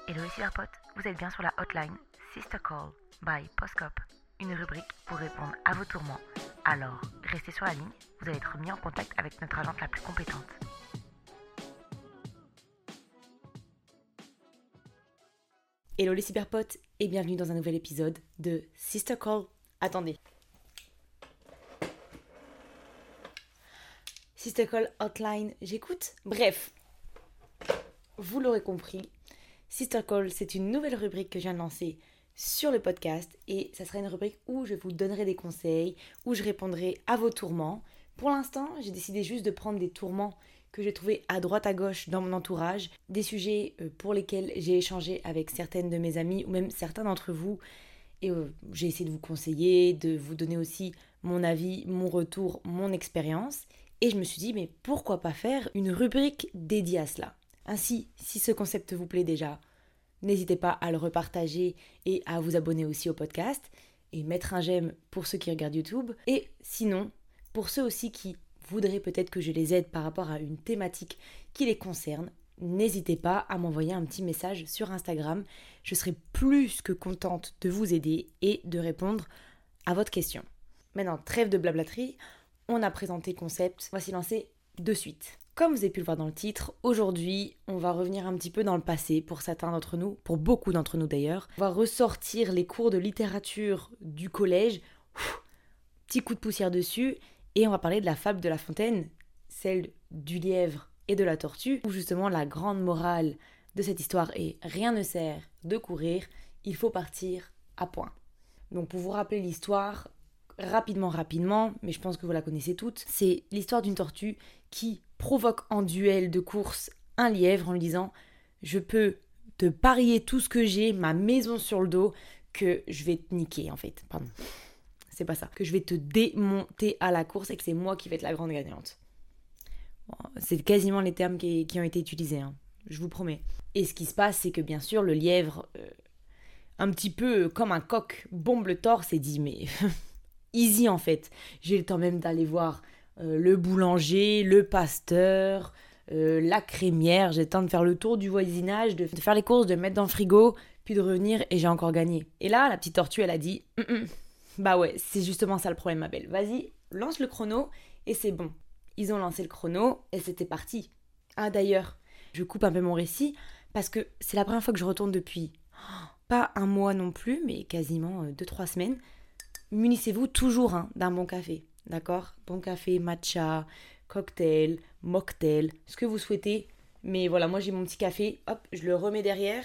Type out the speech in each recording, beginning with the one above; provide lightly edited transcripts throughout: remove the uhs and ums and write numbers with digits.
Hello les cyberpotes, vous êtes bien sur la hotline Sister Call by Postcop, une rubrique pour répondre à vos tourments. Alors, restez sur la ligne, vous allez être mis en contact avec notre agente la plus compétente. Hello les cyberpotes et bienvenue dans un nouvel épisode de Sister Call. Attendez. Sister Call Hotline, j'écoute. Bref, vous l'aurez compris, Sister Call, c'est une nouvelle rubrique que je viens de lancer sur le podcast et ça sera une rubrique où je vous donnerai des conseils, où je répondrai à vos tourments. Pour l'instant, j'ai décidé juste de prendre des tourments que j'ai trouvés à droite à gauche dans mon entourage, des sujets pour lesquels j'ai échangé avec certaines de mes amies ou même certains d'entre vous et j'ai essayé de vous conseiller, de vous donner aussi mon avis, mon retour, mon expérience et je me suis dit mais pourquoi pas faire une rubrique dédiée à cela. Ainsi, si ce concept vous plaît déjà, n'hésitez pas à le repartager et à vous abonner aussi au podcast et mettre un j'aime pour ceux qui regardent YouTube. Et sinon, pour ceux aussi qui voudraient peut-être que je les aide par rapport à une thématique qui les concerne, n'hésitez pas à m'envoyer un petit message sur Instagram. Je serai plus que contente de vous aider et de répondre à votre question. Maintenant, trêve de blablaterie, on a présenté le concept, on va s'y lancer de suite. Comme vous avez pu le voir dans le titre, aujourd'hui, on va revenir un petit peu dans le passé pour certains d'entre nous, pour beaucoup d'entre nous d'ailleurs. On va ressortir les cours de littérature du collège, petit coup de poussière dessus, et on va parler de la fable de La Fontaine, celle du lièvre et de la tortue, où justement la grande morale de cette histoire est « rien ne sert de courir, il faut partir à point ». Donc pour vous rappeler l'histoire, rapidement, mais je pense que vous la connaissez toutes, c'est l'histoire d'une tortue qui provoque en duel de course un lièvre en lui disant « Je peux te parier tout ce que j'ai, ma maison sur le dos, que je vais te niquer en fait. » Pardon, c'est pas ça. Que je vais te démonter à la course et que c'est moi qui vais être la grande gagnante. Bon, c'est quasiment les termes qui ont été utilisés, hein, je vous promets. Et ce qui se passe, c'est que bien sûr, le lièvre, un petit peu comme un coq, bombe le torse et dit « Mais easy en fait, j'ai le temps même d'aller voir le boulanger, le pasteur, la crémière, j'ai le temps de faire le tour du voisinage, de faire les courses, de mettre dans le frigo, puis de revenir et j'ai encore gagné. » Et là, la petite tortue, elle a dit Bah ouais, c'est justement ça le problème, ma belle. Vas-y, lance le chrono et c'est bon. Ils ont lancé le chrono et c'était parti. Ah d'ailleurs, je coupe un peu mon récit parce que c'est la première fois que je retourne depuis pas un mois non plus, mais quasiment 2-3 semaines. Munissez-vous toujours d'un bon café. D'accord ? Bon café, matcha, cocktail, mocktail, ce que vous souhaitez. Mais voilà, moi j'ai mon petit café, hop, je le remets derrière.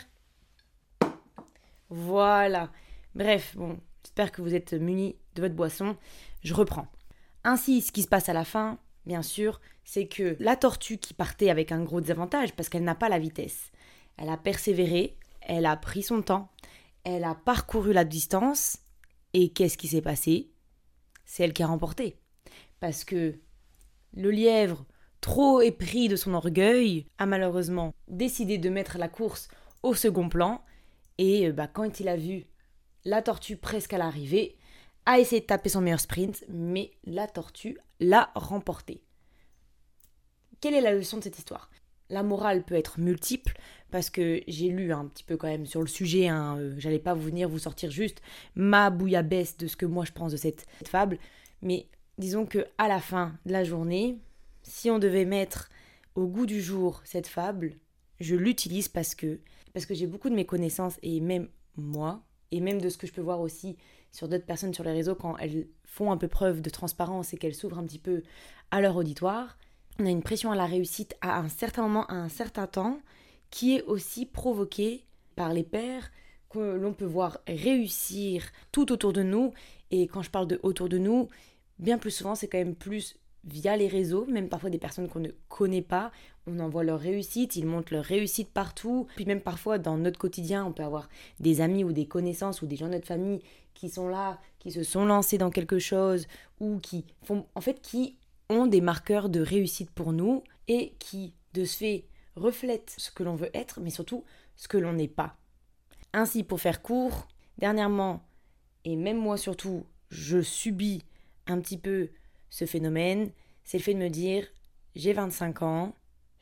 Voilà. Bref, bon, j'espère que vous êtes munis de votre boisson. Je reprends. Ainsi, ce qui se passe à la fin, bien sûr, c'est que la tortue qui partait avec un gros désavantage, parce qu'elle n'a pas la vitesse, elle a persévéré, elle a pris son temps, elle a parcouru la distance, et qu'est-ce qui s'est passé ? C'est elle qui a remporté. Parce que le lièvre, trop épris de son orgueil, a malheureusement décidé de mettre la course au second plan. Et quand il a vu la tortue presque à l'arrivée, a essayé de taper son meilleur sprint, mais la tortue l'a remporté. Quelle est la leçon de cette histoire ? La morale peut être multiple, parce que j'ai lu un petit peu quand même sur le sujet, j'allais pas venir vous sortir juste ma bouillabaisse de ce que moi je pense de cette fable, mais disons que à la fin de la journée, si on devait mettre au goût du jour cette fable, je l'utilise parce que j'ai beaucoup de mes connaissances, et même moi, et même de ce que je peux voir aussi sur d'autres personnes sur les réseaux quand elles font un peu preuve de transparence et qu'elles s'ouvrent un petit peu à leur auditoire, on a une pression à la réussite à un certain moment, à un certain temps, qui est aussi provoquée par les pairs que l'on peut voir réussir tout autour de nous. Et quand je parle de autour de nous, bien plus souvent, c'est quand même plus via les réseaux, même parfois des personnes qu'on ne connaît pas. On en voit leur réussite, ils montrent leur réussite partout. Puis même parfois, dans notre quotidien, on peut avoir des amis ou des connaissances ou des gens de notre famille qui sont là, qui se sont lancés dans quelque chose ou qui ont des marqueurs de réussite pour nous et qui, de ce fait, reflètent ce que l'on veut être, mais surtout ce que l'on n'est pas. Ainsi, pour faire court, dernièrement, et même moi surtout, je subis un petit peu ce phénomène, c'est le fait de me dire, j'ai 25 ans,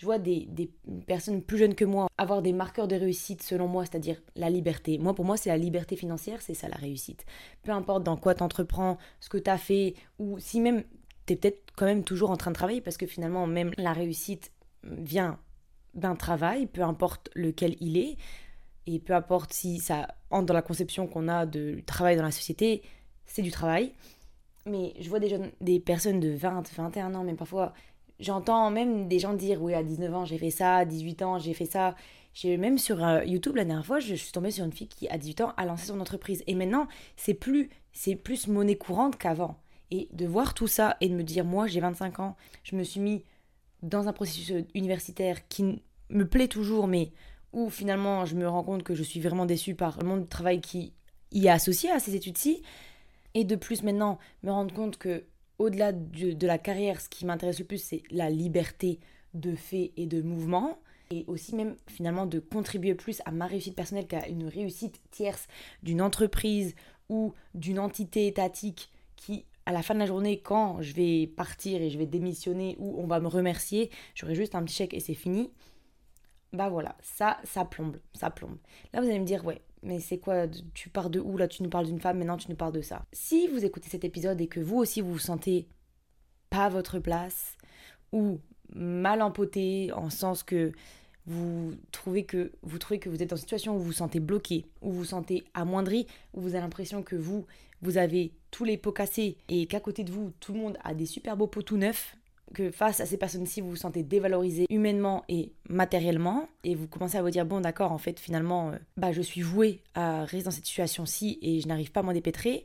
Je vois des personnes plus jeunes que moi avoir des marqueurs de réussite selon moi, c'est-à-dire la liberté. Moi, pour moi, c'est la liberté financière, c'est ça la réussite. Peu importe dans quoi t'entreprends, ce que t'as fait, ou si même t'es peut-être quand même toujours en train de travailler, parce que finalement, même la réussite vient d'un travail, peu importe lequel il est, et peu importe si ça entre dans la conception qu'on a de travail dans la société, c'est du travail. Mais je vois des personnes de 20, 21 ans, même parfois, j'entends même des gens dire, oui, à 19 ans, j'ai fait ça, à 18 ans, j'ai fait ça. Même sur YouTube, la dernière fois, je suis tombée sur une fille qui, à 18 ans, a lancé son entreprise. Et maintenant, c'est plus monnaie courante qu'avant. Et de voir tout ça et de me dire, moi, j'ai 25 ans, je me suis mis dans un processus universitaire qui me plaît toujours, mais où finalement, je me rends compte que je suis vraiment déçue par le monde du travail qui y est associé à ces études-ci. Et de plus maintenant, me rendre compte que au-delà de la carrière, ce qui m'intéresse le plus, c'est la liberté de fait et de mouvement. Et aussi même finalement de contribuer plus à ma réussite personnelle qu'à une réussite tierce d'une entreprise ou d'une entité étatique qui, à la fin de la journée, quand je vais partir et je vais démissionner ou on va me remercier, j'aurai juste un petit chèque et c'est fini. Bah voilà, ça plombe, ça plombe. Là, vous allez me dire, ouais, mais c'est quoi, tu pars de où là? Tu nous parles d'une femme, maintenant tu nous parles de ça. Si vous écoutez cet épisode et que vous aussi vous vous sentez pas à votre place ou mal empoté, en sens que vous trouvez que vous êtes dans une situation où vous vous sentez bloqué, où vous vous sentez amoindri, où vous avez l'impression que vous avez tous les pots cassés et qu'à côté de vous, tout le monde a des super beaux pots tout neufs, que face à ces personnes-ci, vous vous sentez dévalorisé humainement et matériellement, et vous commencez à vous dire, bon d'accord, en fait, finalement, je suis voué à rester dans cette situation-ci et je n'arrive pas à m'en dépêtrer,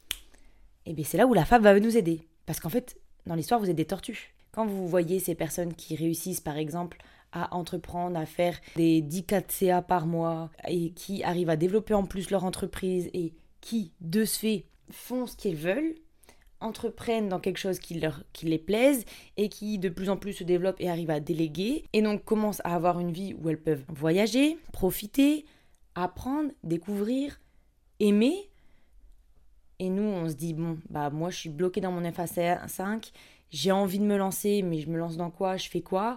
et bien c'est là où la femme va nous aider. Parce qu'en fait, dans l'histoire, vous êtes des tortues. Quand vous voyez ces personnes qui réussissent, par exemple, à entreprendre, à faire des 10 4 CA par mois, et qui arrivent à développer en plus leur entreprise, et qui, de ce fait, font ce qu'ils veulent, entreprennent dans quelque chose qui les plaise et qui de plus en plus se développe et arrive à déléguer et donc commencent à avoir une vie où elles peuvent voyager, profiter, apprendre, découvrir, aimer. Et nous, on se dit, bon, moi je suis bloquée dans mon FA5, j'ai envie de me lancer, mais je me lance dans quoi? Je fais quoi?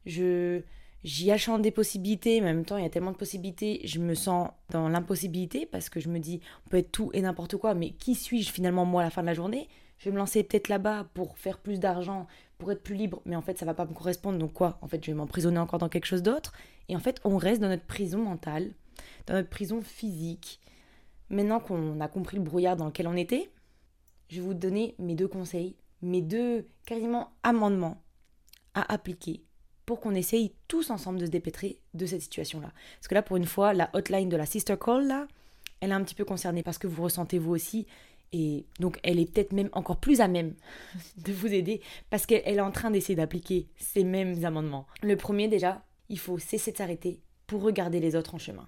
J'y achante des possibilités, mais en même temps, il y a tellement de possibilités, je me sens dans l'impossibilité parce que je me dis, on peut être tout et n'importe quoi, mais qui suis-je finalement moi à la fin de la journée? Je vais me lancer peut-être là-bas pour faire plus d'argent, pour être plus libre, mais en fait, ça va pas me correspondre, donc quoi? En fait, je vais m'emprisonner encore dans quelque chose d'autre. Et en fait, on reste dans notre prison mentale, dans notre prison physique. Maintenant qu'on a compris le brouillard dans lequel on était, je vais vous donner mes 2 conseils, mes 2 quasiment amendements à appliquer pour qu'on essaye tous ensemble de se dépêtrer de cette situation-là. Parce que là, pour une fois, la hotline de la Sister Call, là, elle est un petit peu concernée parce que vous ressentez vous aussi. Et donc, elle est peut-être même encore plus à même de vous aider parce qu'elle est en train d'essayer d'appliquer ces mêmes amendements. Le premier, déjà, il faut cesser de s'arrêter pour regarder les autres en chemin.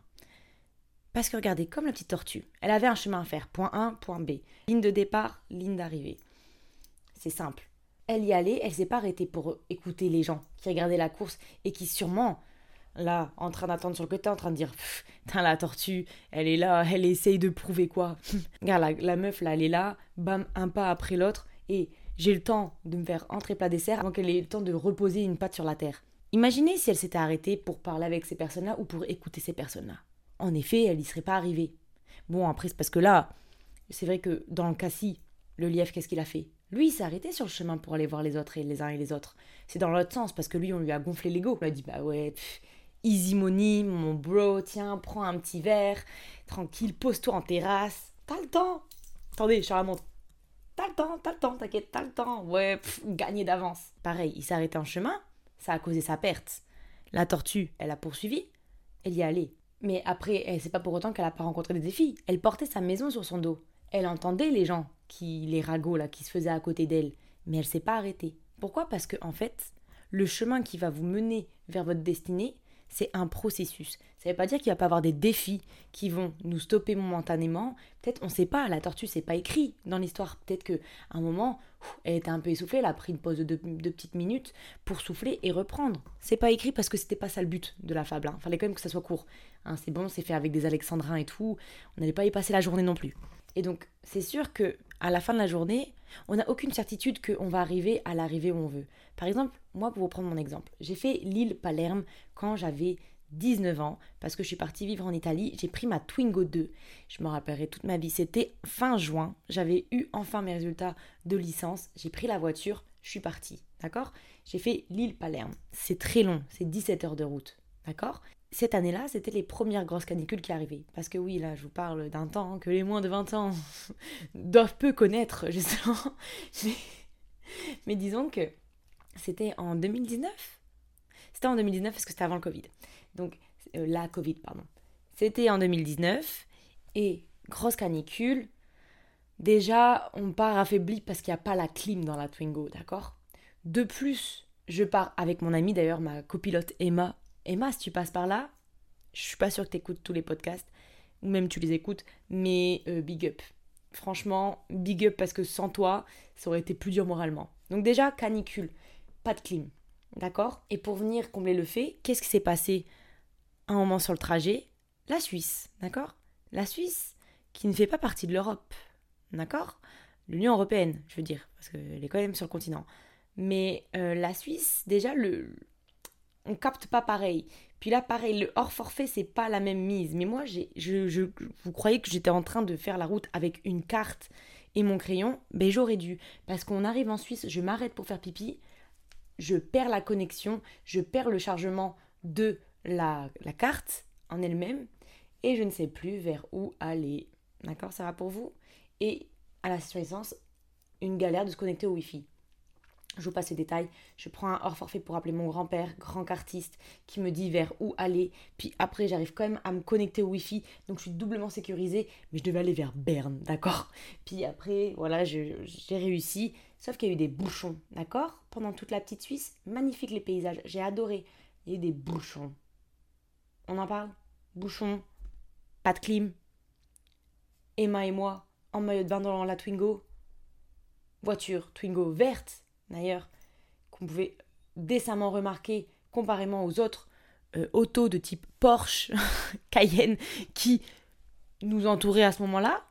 Parce que regardez, comme la petite tortue, elle avait un chemin à faire. Point A, point B. Ligne de départ, ligne d'arrivée. C'est simple. Elle y allait, elle s'est pas arrêtée pour écouter les gens qui regardaient la course et qui sûrement, là, en train d'attendre sur le côté, en train de dire « Putain, la tortue, elle est là, elle essaye de prouver quoi ?» Regarde, la meuf, là, elle est là, bam, un pas après l'autre, et j'ai le temps de me faire entrer plat dessert avant qu'elle ait le temps de reposer une patte sur la terre. Imaginez si elle s'était arrêtée pour parler avec ces personnes-là ou pour écouter ces personnes-là. En effet, elle n'y serait pas arrivée. Bon, après, c'est parce que là, c'est vrai que dans le cas-ci, le lièvre, qu'est-ce qu'il a fait? Lui, il s'est arrêté sur le chemin pour aller voir les autres et les uns et les autres. C'est dans l'autre sens, parce que lui, on lui a gonflé l'ego. On lui a dit, bah ouais, easy money, mon bro, tiens, prends un petit verre, tranquille, pose-toi en terrasse. T'as le temps. Attendez, je te la montre. T'as le temps, t'inquiète, t'as le temps. Ouais, gagner d'avance. Pareil, il s'est arrêté en chemin, ça a causé sa perte. La tortue, elle a poursuivi, elle y est allée. Mais après, c'est pas pour autant qu'elle a pas rencontré des défis. Elle portait sa maison sur son dos. Elle entendait les gens, les ragots là, qui se faisaient à côté d'elle. Mais elle s'est pas arrêtée. Pourquoi? Parce que en fait, le chemin qui va vous mener vers votre destinée, c'est un processus. Ça veut pas dire qu'il va pas avoir des défis qui vont nous stopper momentanément. Peut-être, on sait pas, la tortue, c'est pas écrit dans l'histoire. Peut-être qu'à un moment, elle était un peu essoufflée, elle a pris une pause de deux petites minutes pour souffler et reprendre. C'est pas écrit parce que c'était pas ça le but de la fable. Fallait quand même que ça soit court. C'est bon, c'est fait avec des alexandrins et tout. On n'allait pas y passer la journée non plus. Et donc, c'est sûr que à la fin de la journée, on n'a aucune certitude qu'on va arriver à l'arrivée où on veut. Par exemple, moi, pour vous prendre mon exemple, j'ai fait Lille-Palerme quand j'avais 19 ans, parce que je suis partie vivre en Italie. J'ai pris ma Twingo 2. Je me rappellerai toute ma vie. C'était fin juin. J'avais eu enfin mes résultats de licence. J'ai pris la voiture. Je suis partie. D'accord ? J'ai fait Lille-Palerme. C'est très long. C'est 17 heures de route. D'accord ? Cette année-là, c'était les premières grosses canicules qui arrivaient. Parce que oui, là, je vous parle d'un temps que les moins de 20 ans doivent peu connaître, justement. Mais disons que c'était en 2019. C'était en 2019 parce que c'était avant le Covid. Donc, la Covid, pardon. C'était en 2019 et grosse canicule. Déjà, on part affaibli parce qu'il n'y a pas la clim dans la Twingo, d'accord ? De plus, je pars avec mon amie, d'ailleurs, ma copilote Emma. Emma, si tu passes par là, je suis pas sûre que tu écoutes tous les podcasts, ou même tu les écoutes, mais big up. Franchement, big up parce que sans toi, ça aurait été plus dur moralement. Donc déjà, canicule, pas de clim, d'accord ? Et pour venir combler le fait, qu'est-ce qui s'est passé un moment sur le trajet ? La Suisse, d'accord ? La Suisse qui ne fait pas partie de l'Europe, d'accord ? L'Union européenne, je veux dire, parce qu'elle est quand même sur le continent. Mais la Suisse, déjà, on capte pas pareil. Puis là, pareil, le hors forfait, c'est pas la même mise. Mais moi, vous croyez que j'étais en train de faire la route avec une carte et mon crayon ? Ben j'aurais dû. Parce qu'on arrive en Suisse, je m'arrête pour faire pipi, je perds la connexion, je perds le chargement de la carte en elle-même, et je ne sais plus vers où aller. D'accord, ça va pour vous ? Et à la suressence, une galère de se connecter au Wi-Fi. Je vous passe les détails. Je prends un hors forfait pour appeler mon grand-père, grand cartiste, qui me dit vers où aller. Puis après, j'arrive quand même à me connecter au Wi-Fi. Donc je suis doublement sécurisée. Mais je devais aller vers Berne, d'accord ? Puis après, voilà, j'ai réussi. Sauf qu'il y a eu des bouchons, d'accord ? Pendant toute la petite Suisse, magnifique les paysages. J'ai adoré. Il y a eu des bouchons. On en parle ? Bouchons, pas de clim. Emma et moi, en maillot de bain dans la Twingo. Voiture Twingo verte, d'ailleurs, qu'on pouvait décemment remarquer comparément aux autres autos de type Porsche, Cayenne, qui nous entouraient à ce moment-là,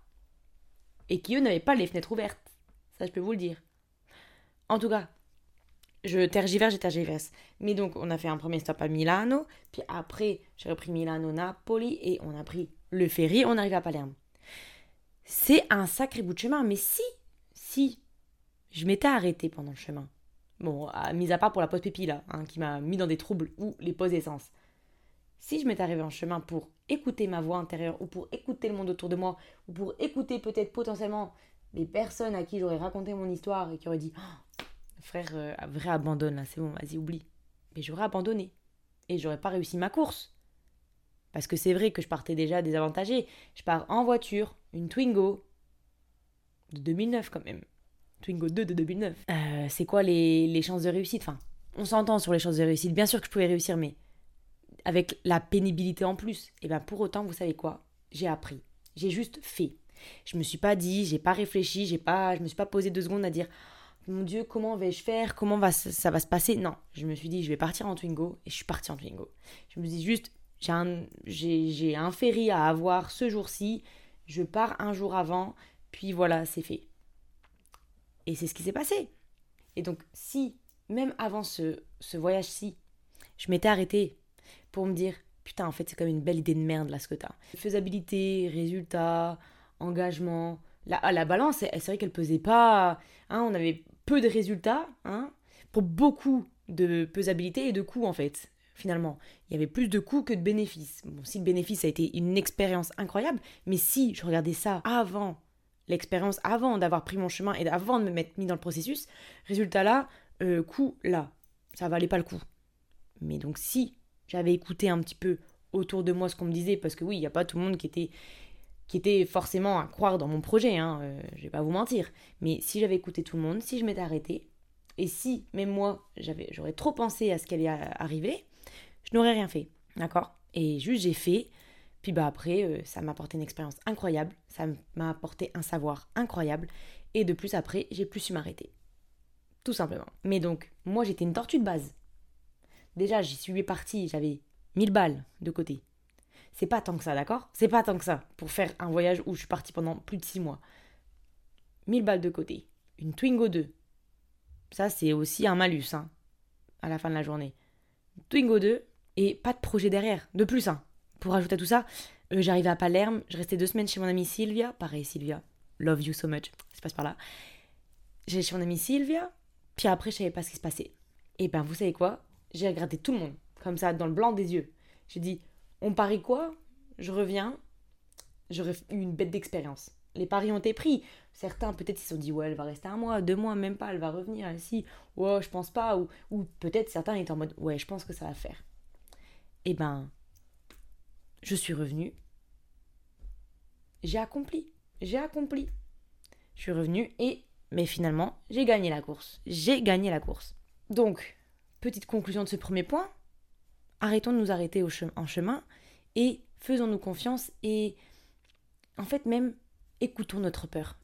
et qui, eux, n'avaient pas les fenêtres ouvertes. Ça, je peux vous le dire. En tout cas, je tergiverse. Mais donc, on a fait un premier stop à Milano, puis après, j'ai repris Milano-Napoli, et on a pris le ferry, on arrive à Palerme. C'est un sacré bout de chemin, mais si, je m'étais arrêtée pendant le chemin. Bon, mis à part pour la pause pipi là, qui m'a mis dans des troubles, ou les pauses essence. Si je m'étais arrivée en chemin pour écouter ma voix intérieure, ou pour écouter le monde autour de moi, ou pour écouter peut-être potentiellement des personnes à qui j'aurais raconté mon histoire et qui auraient dit oh, frère, vrai abandonne là, c'est bon, vas-y, oublie. Mais j'aurais abandonné. Et j'aurais pas réussi ma course. Parce que c'est vrai que je partais déjà désavantagée. Je pars en voiture, une Twingo de 2009 quand même. Twingo 2 de 2009. C'est quoi les chances de réussite ? Enfin, on s'entend sur les chances de réussite. Bien sûr que je pouvais réussir, mais avec la pénibilité en plus. Et bien pour autant, vous savez quoi ? J'ai appris. J'ai juste fait. Je me suis pas dit, j'ai pas réfléchi, je me suis pas posé 2 secondes à dire mon Dieu, comment vais-je faire ? Comment ça va se passer ? Non, je me suis dit, je vais partir en Twingo, et je suis partie en Twingo. Je me dis juste, j'ai un ferry à avoir ce jour-ci, je pars un jour avant, puis voilà, c'est fait. Et c'est ce qui s'est passé. Et donc, si, même avant ce voyage-ci, je m'étais arrêtée pour me dire, putain, en fait, c'est quand même une belle idée de merde, là, ce que t'as. Faisabilité, résultat, engagement. La balance, c'est vrai qu'elle pesait pas. On avait peu de résultats, pour beaucoup de pesabilité et de coûts, en fait. Finalement, il y avait plus de coûts que de bénéfices. Bon, si le bénéfice a été une expérience incroyable, mais si je regardais ça avant l'expérience, avant d'avoir pris mon chemin et avant de me mettre mis dans le processus, résultat là, coût là, ça valait pas le coup. Mais donc si j'avais écouté un petit peu autour de moi ce qu'on me disait, parce que oui, il n'y a pas tout le monde qui était forcément à croire dans mon projet, je vais pas vous mentir, mais si j'avais écouté tout le monde, si je m'étais arrêtée, et si même moi j'aurais trop pensé à ce qui allait arriver, je n'aurais rien fait, d'accord ? Et juste j'ai fait. Puis après, ça m'a apporté une expérience incroyable, ça m'a apporté un savoir incroyable, et de plus après, j'ai plus su m'arrêter. Tout simplement. Mais donc, moi j'étais une tortue de base. Déjà, j'y suis partie, j'avais 1000 balles de côté. C'est pas tant que ça, d'accord? C'est pas tant que ça pour faire un voyage où je suis partie pendant plus de 6 mois. 1000 balles de côté. Une Twingo 2. Ça, c'est aussi un malus, hein, à la fin de la journée. Twingo 2 et pas de projet derrière. De plus, hein. Pour ajouter à tout ça, j'arrivais à Palerme, je restais 2 semaines chez mon amie Sylvia. Pareil, Sylvia, love you so much. Ça passe par là. J'allais chez mon amie Sylvia, puis après, je savais pas ce qui se passait. Et ben, vous savez quoi? J'ai regardé tout le monde, comme ça, dans le blanc des yeux. J'ai dit, on parie quoi? Je reviens, j'aurais eu une bête d'expérience. Les paris ont été pris. Certains, peut-être, ils se sont dit, ouais, elle va rester 1 mois, 2 mois, même pas, elle va revenir. Si, ouais, je pense pas. Ou peut-être certains étaient en mode, ouais, je pense que ça va faire. Et ben, je suis revenue. J'ai accompli. Je suis revenue mais finalement, j'ai gagné la course. Donc, petite conclusion de ce premier point. Arrêtons de nous arrêter en chemin et faisons-nous confiance et en fait même écoutons notre peur.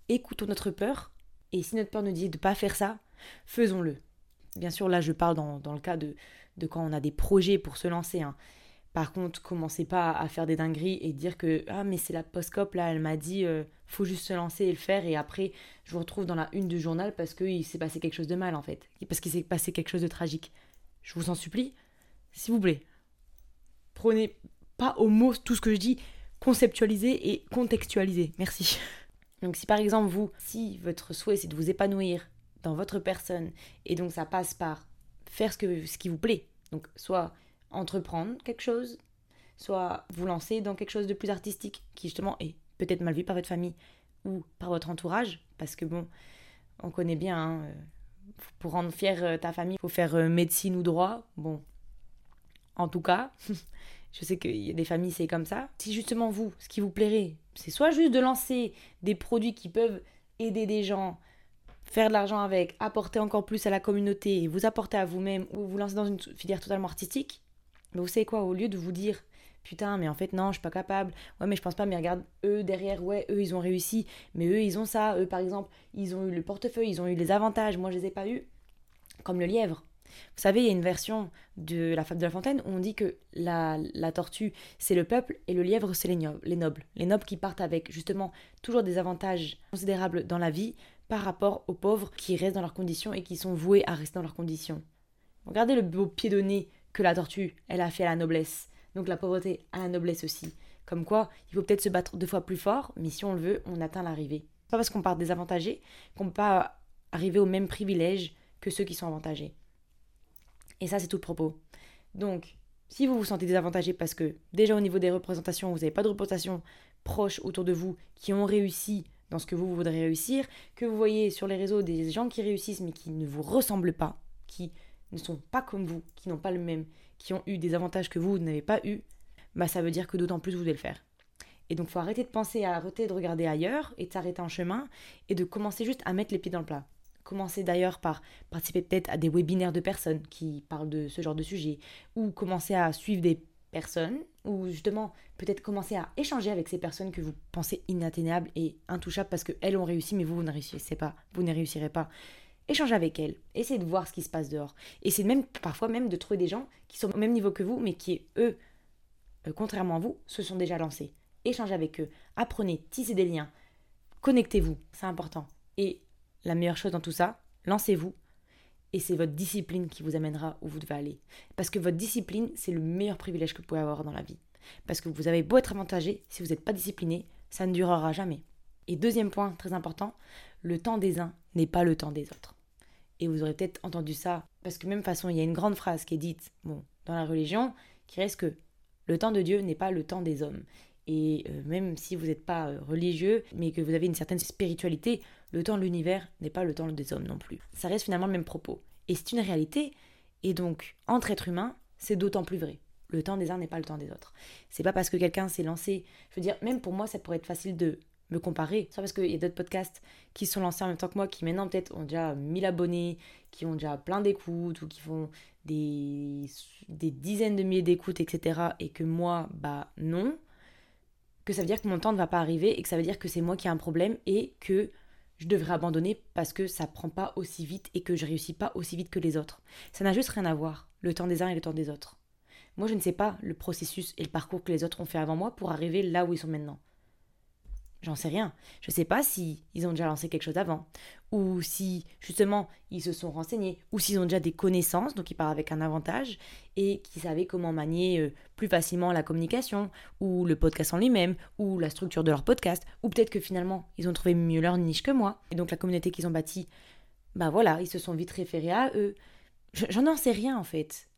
Et si notre peur nous dit de ne pas faire ça, faisons-le. Bien sûr, là je parle dans le cas de quand on a des projets pour se lancer, hein. Par contre, commencez pas à faire des dingueries et dire que ah mais c'est la postcop là, elle m'a dit faut juste se lancer et le faire et après je vous retrouve dans la une du journal parce qu'il s'est passé quelque chose de mal en fait, parce qu'il s'est passé quelque chose de tragique. Je vous en supplie, s'il vous plaît, prenez pas au mot tout ce que je dis, conceptualisez et contextualisez. Merci. Donc si par exemple si votre souhait c'est de vous épanouir dans votre personne et donc ça passe par faire ce qui vous plaît, donc soit entreprendre quelque chose, soit vous lancer dans quelque chose de plus artistique qui justement est peut-être mal vu par votre famille ou par votre entourage, parce que bon, on connaît bien, hein, pour rendre fière ta famille, il faut faire médecine ou droit. Bon, en tout cas, je sais qu'il y a des familles, c'est comme ça. Si justement ce qui vous plairait, c'est soit juste de lancer des produits qui peuvent aider des gens, faire de l'argent avec, apporter encore plus à la communauté, vous apporter à vous-même, ou vous lancer dans une filière totalement artistique, mais vous savez quoi, au lieu de vous dire putain mais en fait non je suis pas capable, ouais mais je pense pas, mais regarde eux derrière, ouais eux ils ont réussi, mais eux ils ont ça, eux par exemple ils ont eu le portefeuille, ils ont eu les avantages, moi je les ai pas eu, comme le lièvre. Vous savez, il y a une version de la fable de La Fontaine où on dit que la tortue c'est le peuple et le lièvre c'est les nobles qui partent avec justement toujours des avantages considérables dans la vie par rapport aux pauvres qui restent dans leurs conditions et qui sont voués à rester dans leurs conditions. Regardez le beau pied de nez que la tortue, elle a fait à la noblesse. Donc la pauvreté à la noblesse aussi. Comme quoi, il faut peut-être se battre 2 fois plus fort, mais si on le veut, on atteint l'arrivée. C'est pas parce qu'on part désavantagé qu'on peut pas arriver au même privilège que ceux qui sont avantagés. Et ça, c'est tout le propos. Donc, si vous vous sentez désavantagé parce que déjà au niveau des représentations, vous n'avez pas de représentation proche autour de vous qui ont réussi dans ce que vous voudrez réussir, que vous voyez sur les réseaux des gens qui réussissent mais qui ne vous ressemblent pas, qui ne sont pas comme vous, qui n'ont pas le même, qui ont eu des avantages que vous n'avez pas eu, bah ça veut dire que d'autant plus vous devez le faire. Et donc il faut arrêter de penser, arrêter de regarder ailleurs et de s'arrêter en chemin et de commencer juste à mettre les pieds dans le plat. Commencer d'ailleurs par participer peut-être à des webinaires de personnes qui parlent de ce genre de sujet, ou commencer à suivre des personnes, ou justement peut-être commencer à échanger avec ces personnes que vous pensez inatteignables et intouchables parce qu'elles ont réussi mais vous ne réussirez pas. Échangez avec elles, essayez de voir ce qui se passe dehors. Essayez même, parfois même de trouver des gens qui sont au même niveau que vous, mais qui, eux, contrairement à vous, se sont déjà lancés. Échangez avec eux, apprenez, tissez des liens, connectez-vous, c'est important. Et la meilleure chose dans tout ça, lancez-vous, et c'est votre discipline qui vous amènera où vous devez aller. Parce que votre discipline, c'est le meilleur privilège que vous pouvez avoir dans la vie. Parce que vous avez beau être avantagé, si vous n'êtes pas discipliné, ça ne durera jamais. Et deuxième point très important, le temps des uns n'est pas le temps des autres. Et vous aurez peut-être entendu ça, parce que même façon, il y a une grande phrase qui est dite dans la religion, qui reste que le temps de Dieu n'est pas le temps des hommes. Et même si vous n'êtes pas religieux, mais que vous avez une certaine spiritualité, le temps de l'univers n'est pas le temps des hommes non plus. Ça reste finalement le même propos. Et c'est une réalité, et donc, entre êtres humains, c'est d'autant plus vrai. Le temps des uns n'est pas le temps des autres. C'est pas parce que quelqu'un s'est lancé... Je veux dire, même pour moi, ça pourrait être facile de me comparer. Soit parce qu'il y a d'autres podcasts qui se sont lancés en même temps que moi, qui maintenant peut-être ont déjà 1000 abonnés, qui ont déjà plein d'écoutes, ou qui font des dizaines de milliers d'écoutes, etc. Et que moi, non. Que ça veut dire que mon temps ne va pas arriver, et que ça veut dire que c'est moi qui ai un problème, et que je devrais abandonner parce que ça prend pas aussi vite, et que je réussis pas aussi vite que les autres. Ça n'a juste rien à voir, le temps des uns et le temps des autres. Moi, je ne sais pas le processus et le parcours que les autres ont fait avant moi pour arriver là où ils sont maintenant. J'en sais rien. Je ne sais pas si ils ont déjà lancé quelque chose avant, ou si justement ils se sont renseignés, ou s'ils ont déjà des connaissances, donc ils partent avec un avantage, et qui savaient comment manier plus facilement la communication, ou le podcast en lui-même, ou la structure de leur podcast, ou peut-être que finalement ils ont trouvé mieux leur niche que moi, et donc la communauté qu'ils ont bâtie, bah voilà, ils se sont vite référés à eux. J'en sais rien en fait.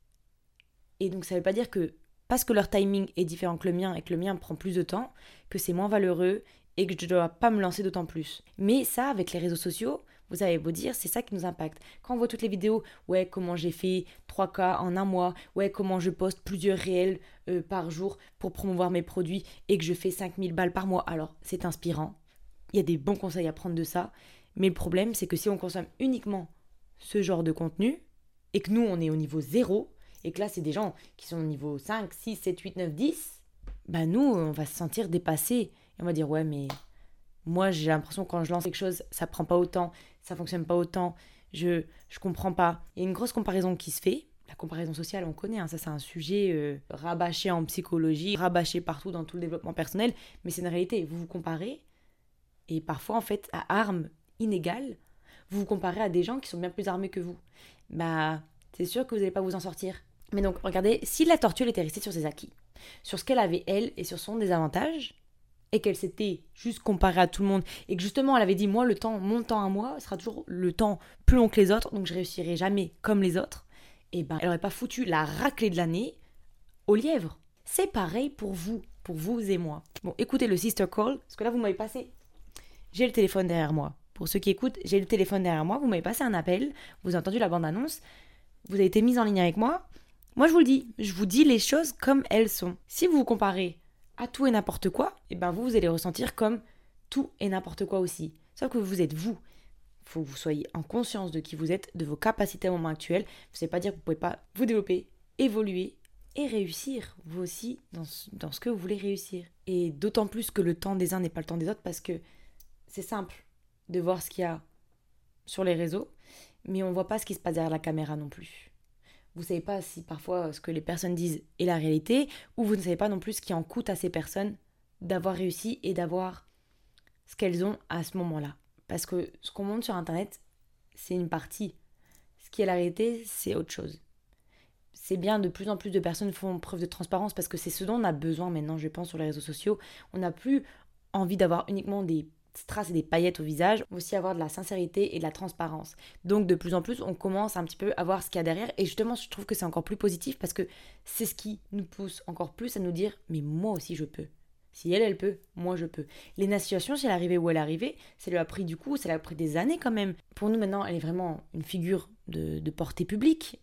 Et donc ça ne veut pas dire que parce que leur timing est différent que le mien et que le mien prend plus de temps, que c'est moins valeureux et que je ne dois pas me lancer d'autant plus. Mais ça, avec les réseaux sociaux, vous avez beau dire, c'est ça qui nous impacte. Quand on voit toutes les vidéos, ouais, comment j'ai fait 3K en un mois, ouais, comment je poste plusieurs réels par jour pour promouvoir mes produits et que je fais 5000 balles par mois, alors c'est inspirant. Il y a des bons conseils à prendre de ça. Mais le problème, c'est que si on consomme uniquement ce genre de contenu et que nous, on est au niveau 0, et que là, c'est des gens qui sont au niveau 5, 6, 7, 8, 9, 10, bah nous, on va se sentir dépassés. Et on va dire, ouais, mais moi, j'ai l'impression que quand je lance quelque chose, ça prend pas autant, ça fonctionne pas autant, je comprends pas. Il y a une grosse comparaison qui se fait. La comparaison sociale, on connaît, hein, ça c'est un sujet rabâché en psychologie, rabâché partout dans tout le développement personnel, mais c'est une réalité. Vous vous comparez, et parfois, en fait, à armes inégales, vous vous comparez à des gens qui sont bien plus armés que vous. Bah, c'est sûr que vous n'allez pas vous en sortir. Mais donc, regardez, si la tortue elle était restée sur ses acquis, sur ce qu'elle avait elle et sur son désavantage, et qu'elle s'était juste comparée à tout le monde, et que justement elle avait dit, moi, mon temps à moi sera toujours le temps plus long que les autres, donc je réussirai jamais comme les autres, et ben, elle n'aurait pas foutu la raclée de l'année au lièvre. C'est pareil pour vous et moi. Bon, écoutez le sister call, parce que là, vous m'avez passé. J'ai le téléphone derrière moi. Pour ceux qui écoutent, j'ai le téléphone derrière moi, vous m'avez passé un appel, vous avez entendu la bande-annonce, vous avez été mise en ligne avec moi. Moi, je vous dis les choses comme elles sont. Si vous vous comparez à tout et n'importe quoi, et ben vous allez ressentir comme tout et n'importe quoi aussi. Sauf que vous êtes vous. Il faut que vous soyez en conscience de qui vous êtes, de vos capacités au moment actuel. Ça ne veut pas dire que vous ne pouvez pas vous développer, évoluer et réussir, vous aussi, dans ce que vous voulez réussir. Et d'autant plus que le temps des uns n'est pas le temps des autres, parce que c'est simple de voir ce qu'il y a sur les réseaux, mais on ne voit pas ce qui se passe derrière la caméra non plus. Vous ne savez pas si parfois ce que les personnes disent est la réalité, ou vous ne savez pas non plus ce qui en coûte à ces personnes d'avoir réussi et d'avoir ce qu'elles ont à ce moment-là. Parce que ce qu'on montre sur Internet, c'est une partie. Ce qui est la réalité, c'est autre chose. C'est bien, de plus en plus de personnes font preuve de transparence, parce que c'est ce dont on a besoin maintenant, je pense, sur les réseaux sociaux. On n'a plus envie d'avoir uniquement des strass et des paillettes au visage, aussi avoir de la sincérité et de la transparence. Donc de plus en plus, on commence un petit peu à voir ce qu'il y a derrière, et justement, je trouve que c'est encore plus positif, parce que c'est ce qui nous pousse encore plus à nous dire, mais moi aussi je peux. Si elle peut, moi je peux. Lena Situation, si elle est arrivée où elle est arrivée, ça lui a pris du coup, ça lui a pris des années quand même. Pour nous maintenant, elle est vraiment une figure de portée publique.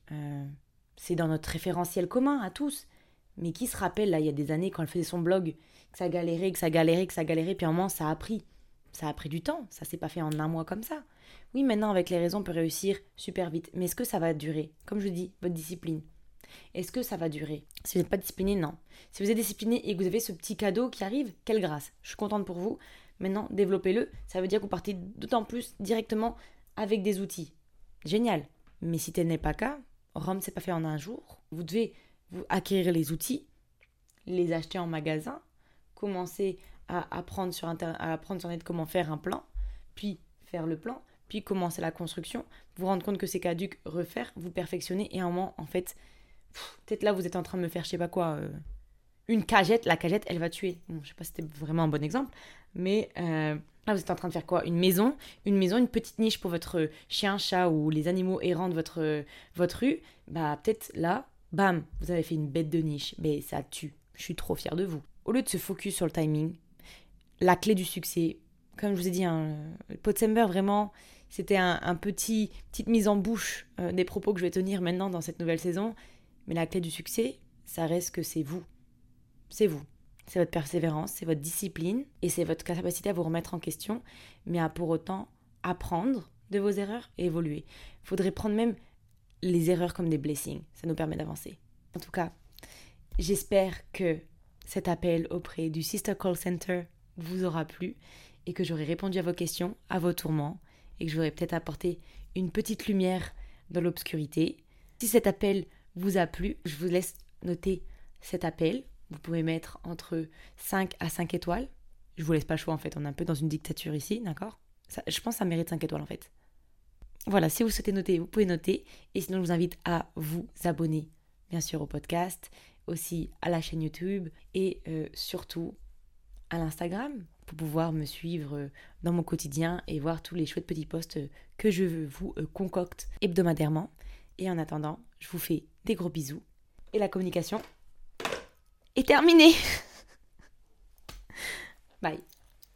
C'est dans notre référentiel commun à tous. Mais qui se rappelle, là, il y a des années, quand elle faisait son blog, que ça galérait, puis à un moment, ça a pris. Ça a pris du temps, ça s'est pas fait en un mois comme ça. Oui, maintenant, avec les réseaux, on peut réussir super vite. Mais est-ce que ça va durer? Comme je dis, votre discipline. Est-ce que ça va durer? Si vous n'êtes pas discipliné, non. Si vous êtes discipliné et que vous avez ce petit cadeau qui arrive, quelle grâce. Je suis contente pour vous. Maintenant, développez-le. Ça veut dire que vous partez d'autant plus directement avec des outils. Génial. Mais si tel n'est pas le cas, Rome, c'est pas fait en un jour. Vous devez vous acquérir les outils, les acheter en magasin, commencer à apprendre sur Internet comment faire un plan, puis faire le plan, puis commencer la construction, vous rendre compte que c'est caduc, refaire, vous perfectionner, et à un moment, en fait, peut-être là, vous êtes en train de me faire, je sais pas quoi, une cagette, la cagette, elle va tuer. Bon, je sais pas si c'était vraiment un bon exemple, mais là, vous êtes en train de faire quoi? Une maison, une petite niche pour votre chien, chat ou les animaux errants de votre rue. Bah, peut-être là, bam, vous avez fait une bête de niche, mais ça tue. Je suis trop fière de vous. Au lieu de se focus sur le timing, la clé du succès, comme je vous ai dit, Potsember, vraiment, c'était une petite mise en bouche des propos que je vais tenir maintenant dans cette nouvelle saison. Mais la clé du succès, ça reste que c'est vous. C'est vous. C'est votre persévérance, c'est votre discipline et c'est votre capacité à vous remettre en question, mais à pour autant apprendre de vos erreurs et évoluer. Il faudrait prendre même les erreurs comme des blessings. Ça nous permet d'avancer. En tout cas, j'espère que cet appel auprès du Sister Call Center vous aura plu et que j'aurai répondu à vos questions, à vos tourments, et que j'aurai peut-être apporté une petite lumière dans l'obscurité. Si cet appel vous a plu, je vous laisse noter cet appel. Vous pouvez mettre entre 5 à 5 étoiles. Je vous laisse pas le choix en fait, on est un peu dans une dictature ici, d'accord ? Je pense que ça mérite 5 étoiles en fait. Voilà, si vous souhaitez noter, vous pouvez noter. Et sinon, je vous invite à vous abonner, bien sûr, au podcast, aussi à la chaîne YouTube et surtout à l'Instagram pour pouvoir me suivre dans mon quotidien et voir tous les chouettes petits posts que je vous concocte hebdomadairement. Et en attendant, je vous fais des gros bisous. Et la communication est terminée. Bye.